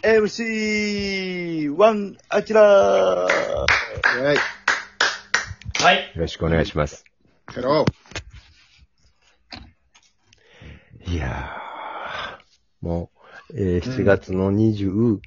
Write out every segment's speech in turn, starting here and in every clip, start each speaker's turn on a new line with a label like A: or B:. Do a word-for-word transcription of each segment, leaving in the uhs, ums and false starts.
A: エムシーワン アキラー。はい。
B: はい。
C: よろしくお願いします。
A: ヘロ
C: ー。いやー、もう、えー、しちがつのにじゅう、うん、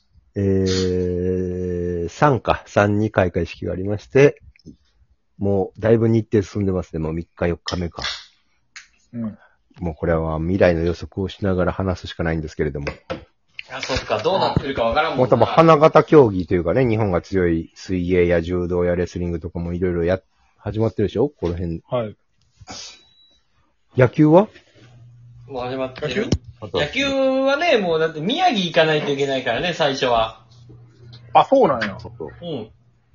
C: えー、さんか、さんに開会式がありまして、もうだいぶ日程進んでますね。もうみっかよっかめか。うん。もうこれは未来の予測をしながら話すしかないんですけれども。
B: あ、そっか、どうなってるかわからんもんな。
C: もう多分花形競技というかね、日本が強い水泳や柔道やレスリングとかもいろいろや、始まってるでしょこの辺。
A: はい。
C: 野球は
B: もう始まってる。野球はね、もうだって宮城行かないといけないからね、最初は。
A: あ、そうなんや。
B: うん。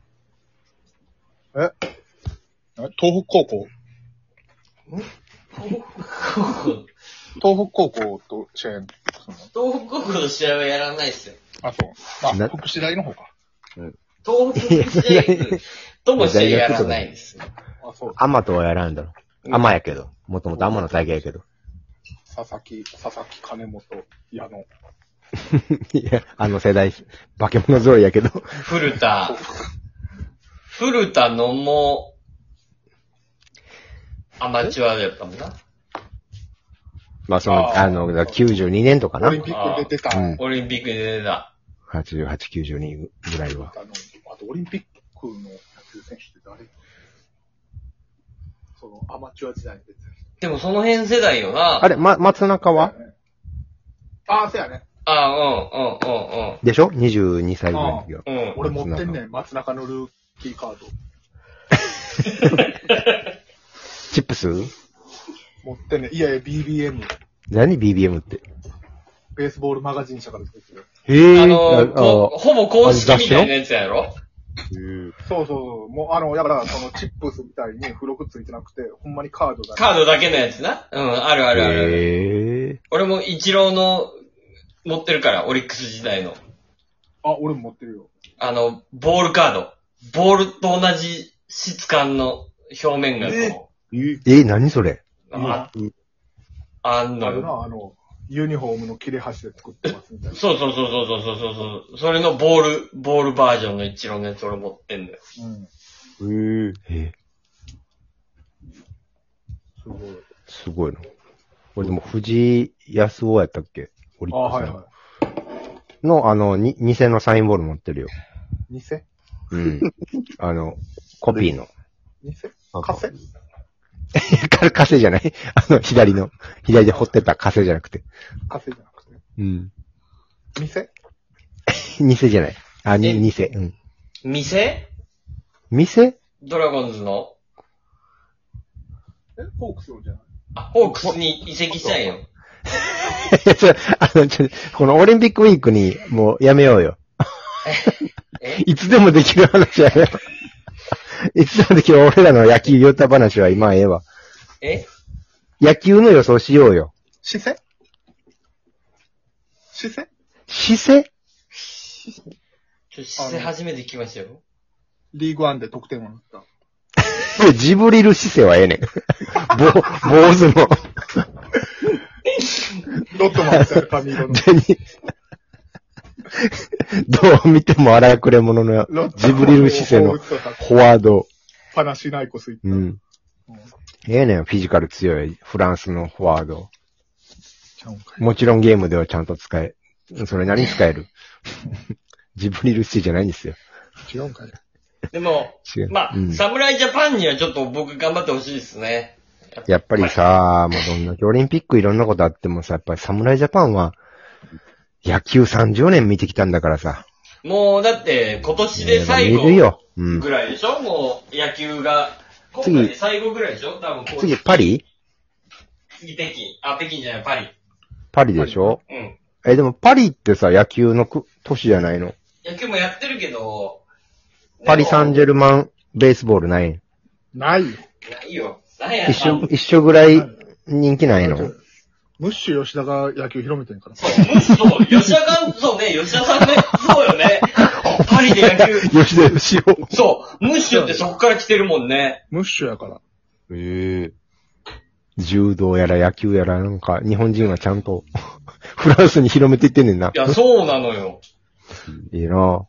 A: え東北高校
B: ん東北高校
A: 東北高校と試合
B: 東北高校の試合はやらないっすよ。
A: あ、そう。あ、福祉大の方か。
B: うん。東北福祉大とも試合やらないんですよ。
C: あ、そう。アマとはやらんだろ。アマやけど。もともとアマの大会やけど。
A: 佐々木、佐々木金本、矢野。
C: いや、あの世代、化け物揃いやけど。
B: 古田。古田のも、アマチュアだったもんな。
C: まあその、あ, あの、きゅうじゅうにねんとかな。
A: オリンピックで出た。
B: うん、オリンピックで出た。
C: はちじゅうはち、きゅうじゅうにぐらいは。
A: あの、あとオリンピックの野球選手って誰？その、アマチュア時代に出てた人。
B: でもその辺世代よな。
C: あれ、ま、松中は、
A: ね、ああ、そうやね。
B: ああ、うん、うん、うん、うん。
C: でしょ ?にじゅうに 歳ぐらいの時は。
B: うん。
A: 俺持ってんねん、松中のルーキーカード。
C: チップス
A: 持ってんねん。いやいや、ビービーエム。
C: 何 ビービーエム って。
A: ベースボールマガジン社から出てる。
C: へぇー。
B: あのー、ほぼ公式みたいなやつやろ？
A: そうそうそう。もう、あの、だから、その、チップスみたいに付録ついてなくて、ほんまにカードだ
B: け。カードだけのやつな。うん、あるあるある。
C: へー。
B: 俺もイチローの持ってるから、オリックス時代の。
A: あ、俺も持ってるよ。
B: あの、ボールカード。ボールと同じ質感の表面がこう。
C: えー、えー、何それ？
B: あ、あんの。
A: あるな、あの、ユニフォームの切れ端で作ってますみたいな。
B: そうそうそうそうそうそうそう。それのボール、ボールバージョンのイチローのやつ俺持ってんだよ。
C: うん。へえ。
A: すごい。
C: すごいな。これでも藤井康夫やったっけ？オリックスの。あ、はいはい。の、あの、に、偽のサインボール持ってるよ。
A: 偽？
C: うん。あの、コピーの。
A: 偽？カセ？
C: カセじゃない？あの、左の、左で掘ってたカセじゃなくて。
A: カセじゃなくて。
C: うん。
A: 店？
C: 偽じゃない。あ、に、偽。うん。
B: 店？
C: 店？
B: ドラゴンズの？
A: え、ホークスのじゃない？
B: あ、ホークスに移籍したんよ。
C: あの、ちょ、このオリンピックウィークにもうやめようよ。
B: え
C: いつでもできる話やよ。いつでもできる俺らの野球ヨタ話は今ええわ。
B: え
C: 野球の予想しようよ。
A: 姿勢姿勢
C: 姿勢
B: ちょ、姿勢初めて聞きましたよ。
A: リーグワンで得点を打った。
C: ジブリル姿勢はええねん。ぼ、坊主の。
A: ロットマンみたいな髪色の。
C: どう見ても荒くれ者のジブリル姿勢のフォワード。
A: パナシナイコスいった。
C: うん。ええねん、フィジカル強いフランスのフォワード。もちろんゲームではちゃんと使え、それなりに使える。ジブリル姿勢じゃないんですよ。
A: 違うんかい。
B: でも、まあ、うん、侍ジャパンにはちょっと僕頑張ってほしいですね。
C: やっぱりさ、もうどんだけオリンピックいろんなことあってもさ、やっぱり侍ジャパンは、野球さんじゅうねん見てきたんだからさ。
B: もう、だって、今年で最後ぐらいでしょ、うん、もう、野球が。今回で最後ぐらいでしょ多分こう。
C: 次、パリ？
B: 次、北京。あ、北京じゃない、パリ。
C: パリでしょ？
B: うん。
C: え、でもパリってさ、野球の都市じゃないの？
B: 野球もやってるけど、
C: パリサンジェルマンベースボールない？
A: ないよ。
B: ないよ。ないや
C: 一緒、一緒ぐらい人気ないの？
A: ムッシュ吉田が野球広めてんから。
B: そう、ムッシュ、そう、吉田が、そうね、吉田さんね、そうよね。パリで野球。
C: 吉田吉尾。
B: そう、ムッシュってそっから来てるもんね。
A: ムッシュやから。
C: へえ。 柔道やら野球やらなんか日本人はちゃんとフランスに広めていってんねんな。
B: いや、そうなのよ。
C: いいな。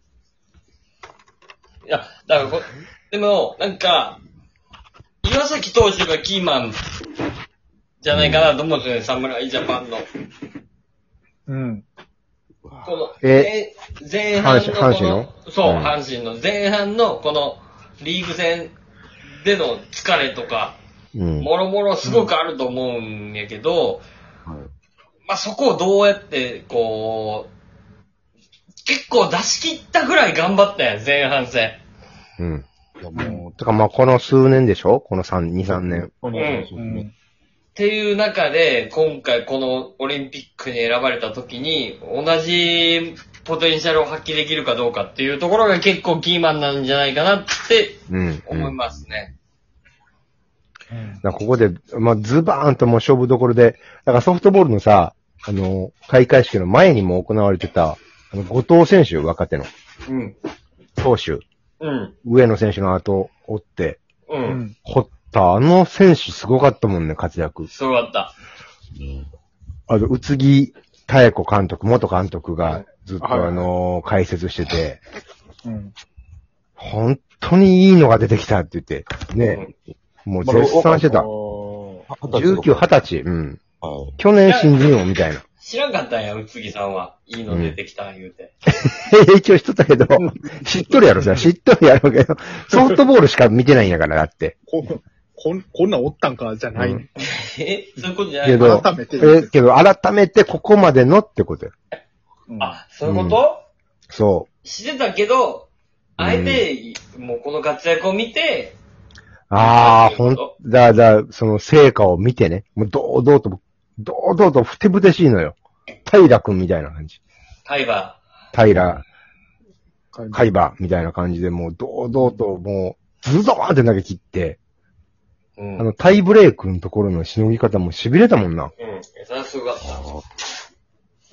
B: いや、だからこ、でも、なんか、岩崎投手がキーマンじゃないかなと思うんですよね、侍ジャパンの。
A: うん。
B: この、
C: え、
B: 前半のこの、
C: 阪神の
B: そう、
C: うん、
B: 阪神の前半のこのリーグ戦での疲れとか、
C: うん、
B: もろもろすごくあると思うんやけど、うんはい、まあ、そこをどうやって、こう、結構出し切ったぐらい頑張ったやん、前半戦。
C: うん。いやもう、てかまあこの数年でしょこのさん、に、さんねん。
B: うん。うんっていう中で、今回このオリンピックに選ばれた時に、同じポテンシャルを発揮できるかどうかっていうところが結構キーマンなんじゃないかなって思いますね。
C: うんうん、だここで、まあ、ズバーンともう勝負どころで、だからソフトボールのさ、あの、開会式の前にも行われてた、あの、後藤選手、若手の。うん。投手。うん。上野選手の後、追って。うん。掘った、あの選手すごかったもんね、活躍。
B: すごかった。
C: あの、宇津木妙子監督、元監督がずっと、はい、あのー、解説してて、うん。本当にいいのが出てきたって言って、ね。うん、もう絶賛してた。じゅうきゅう、はたち。うん。去年新人王みたいな。
B: 知らんかったんや、宇津木さんは。いいの出てきた、言うて。
C: うん、一応知っとったけど、知っとるやろ、じゃ知っとるやろうけど、ソフトボールしか見てないんやから、だって。
A: こ、こん、こんなんおったんか、じゃない、うん。
B: えそういうことじゃない
C: けど、改めて。え、けど、改めてここまでのってことよ。
B: うん、あ、そういうこと、
C: うん、そう。
B: 知ってたけど、あえて、うん、もうこの活躍を見て、
C: ああ、ほん、だ、だ、その成果を見てね。もう堂々と、堂々とふてぶてしいのよ。平くんみたいな感じ。
B: 平。
C: 平。海馬みたいな感じで、もう堂々ともう、ズドーンって投げ切って、うん、あの、タイブレークのところのしのぎ方も痺れたもんな。うん。
B: それはすごかった。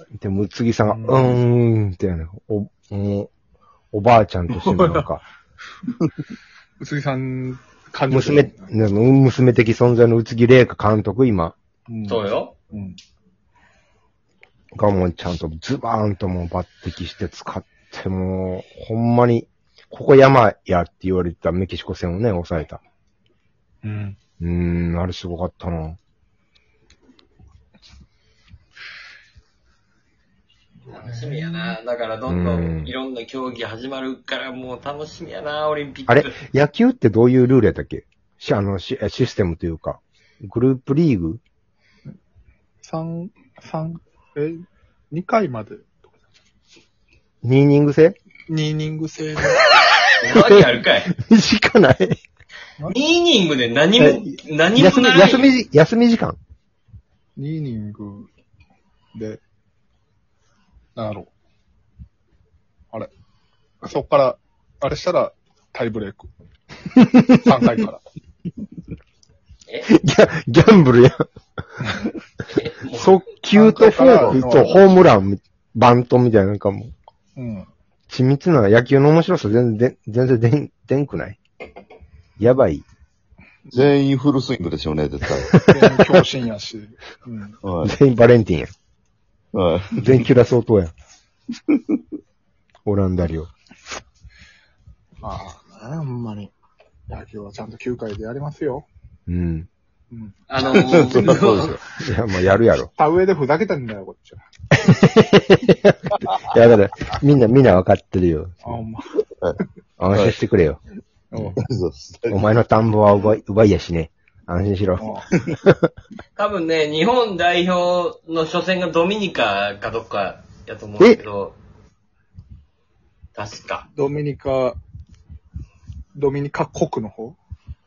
C: でも、宇津木さんが、うーん、ってやね、お、もう、おばあちゃんとしてもなんか。
A: 宇津木さん、
C: 感情娘、娘的存在の宇津木麗華監督、今。
B: うん、そうよ。うん。
C: がもうちゃんとズバーンともう抜擢して使ってもう、ほんまに、ここ山やって言われてたメキシコ戦をね、抑えた。うん。うーん、あれすごかったな。
B: 楽しみやな。だからどんどんいろんな競技始まるからもう楽しみやな、オリンピック。
C: あれ野球ってどういうルールやったっけし、あの、システムというか。グループリーグ
A: 三、三、え、二回まで。
C: にイニング制
A: にイニング制の。
B: 何やるかい
C: 短ない。
B: にイニングで何も、何も
C: 休み、休み、休み時間
A: にイニングで、なんだろう。あれ。そっから、あれしたら、タイブレーク。さんかいから。
B: え
C: ギャ、ギャンブルやん。速球とフォークとホームラン、バントみたいななんかもう。うん。緻密な野球の面白さ全然、全然でん、でんくないやばい。
D: 全員フルスイングでしょうね、絶対。
A: 全員強心やし。
C: うん、全員バレンティンや。はい。全員キュラ相当や。オランダ領。
A: ああ、ほんまに。野球はちゃんときゅうかいでやりますよ。
C: うん。
B: うん、あのー、
C: そうですよ。いや、もうやるやろ。
A: 田植えでふざけてんだよ、こっちは。
C: いや、だから、みんな、みんなわかってるよ。
A: あ、ほんま。
C: 安心してくれよ。お前の田んぼは奪い、奪いやしね。安心しろ。
B: 多分ね、日本代表の初戦がドミニカかどっかやと思うんだけど、確か。
A: ドミニカ、ドミニカ国の方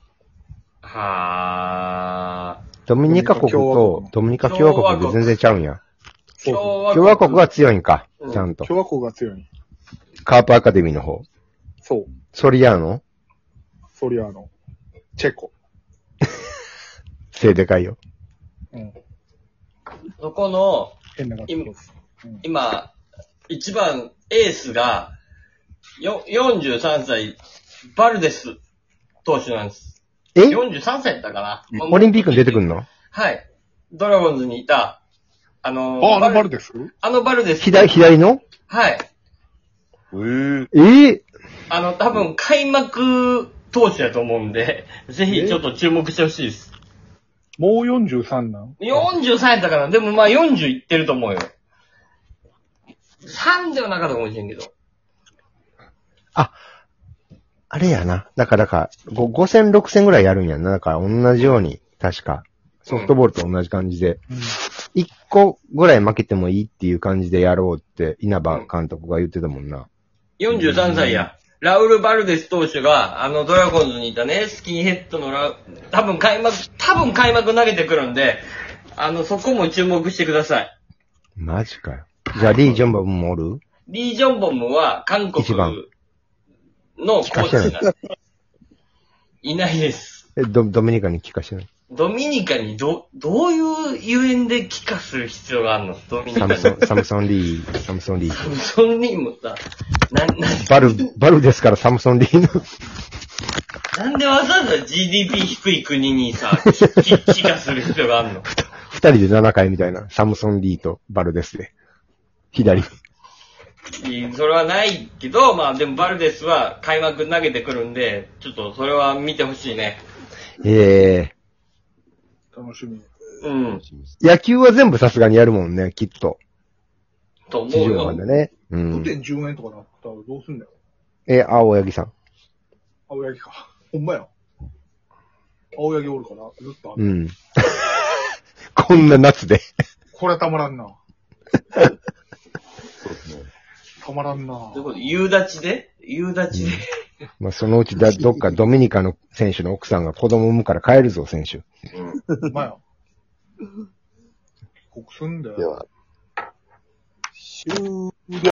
B: は
C: ー。ドミニカ国とドミニカ共和国で全然ちゃうんや。共和国が強いんか、ちゃんと。
A: 共和国が強い。
C: カープアカデミーの方。
A: そう。
C: ソリアーノ
A: ソリアーノ。チェコ。
C: 背でかいよ。
B: うん。そこの、
A: 変な
B: 今、うん、今、一番エースが、よ、よんじゅうさんさい、バルデス投手なんです。
C: え
B: よんじゅうさんさいだったかな。
C: オリンピックに出てくんの？
B: はい。ドラゴンズにいた、あの
A: あ、あのバルデス
B: あのバルデス。
C: 左、左の？
B: はい。
A: えー、
C: えー、
B: あの、多分開幕投手だと思うんで、ぜひちょっと注目してほしいです。
A: もうよんじゅうさんなん？
B: よんじゅうさんやったかな。でもまあよんじゅういってると思うよ。さんではなかったかもしれんけど。
C: あ、あれやな。だから、だから、ご戦、ろく戦ぐらいやるんやな。だから同じように、確か、ソフトボールと同じ感じで、いっこぐらい負けてもいいっていう感じでやろうって、稲葉監督が言ってたもんな。
B: よんじゅうさんさいや。ラウル・バルデス投手が、あの、ドラゴンズにいたね、スキンヘッドのラ、多分開幕、多分開幕投げてくるんで、あの、そこも注目してください。
C: マジかよ。じゃあ、リー・ジョンボムもおる？
B: リー・ジョンボムは、韓国のコーチなんで。いないです。
C: え、ド、ドミニカに帰化してない？
B: ドミニカにど、どういうゆえんで帰化する必要があるの？ドミニカに。
C: サムソン、サムソンリー、サムソンリー。
B: サムソンリーもさ、な、な、
C: バル、バルですからサムソンリーの。
B: なんでわざわざ ジーディーピー 低い国にさ、帰、帰化する必要があるの？
C: 二人でななかいみたいな。サムソンリーとバルですで。左。
B: それはないけど、まあでもバルデスは開幕投げてくるんで、ちょっとそれは見てほしいね。
C: ええ
A: 楽しみ。
B: うん。
C: ー。野球は全部さすがにやるもんね、きっと。
B: と思
C: 地上
B: うよ。
C: までね。う
A: ご
C: ん。
A: てんじゅうえんとかなったらどうすんだよ。
C: え、青柳さん。
A: 青柳か。ほんまや。青柳おるから、ずっとある。
C: うん。こんな夏で。
A: これたまらんな。
D: そうですね。
A: たまらんな。
B: どういうこと？夕立ちで夕立ちで、
C: まあ、そのうちだ、どっかドミニカの選手の奥さんが子供産むから帰るぞ、選手。
A: ほんまや。国すんだよ。
D: では、終了。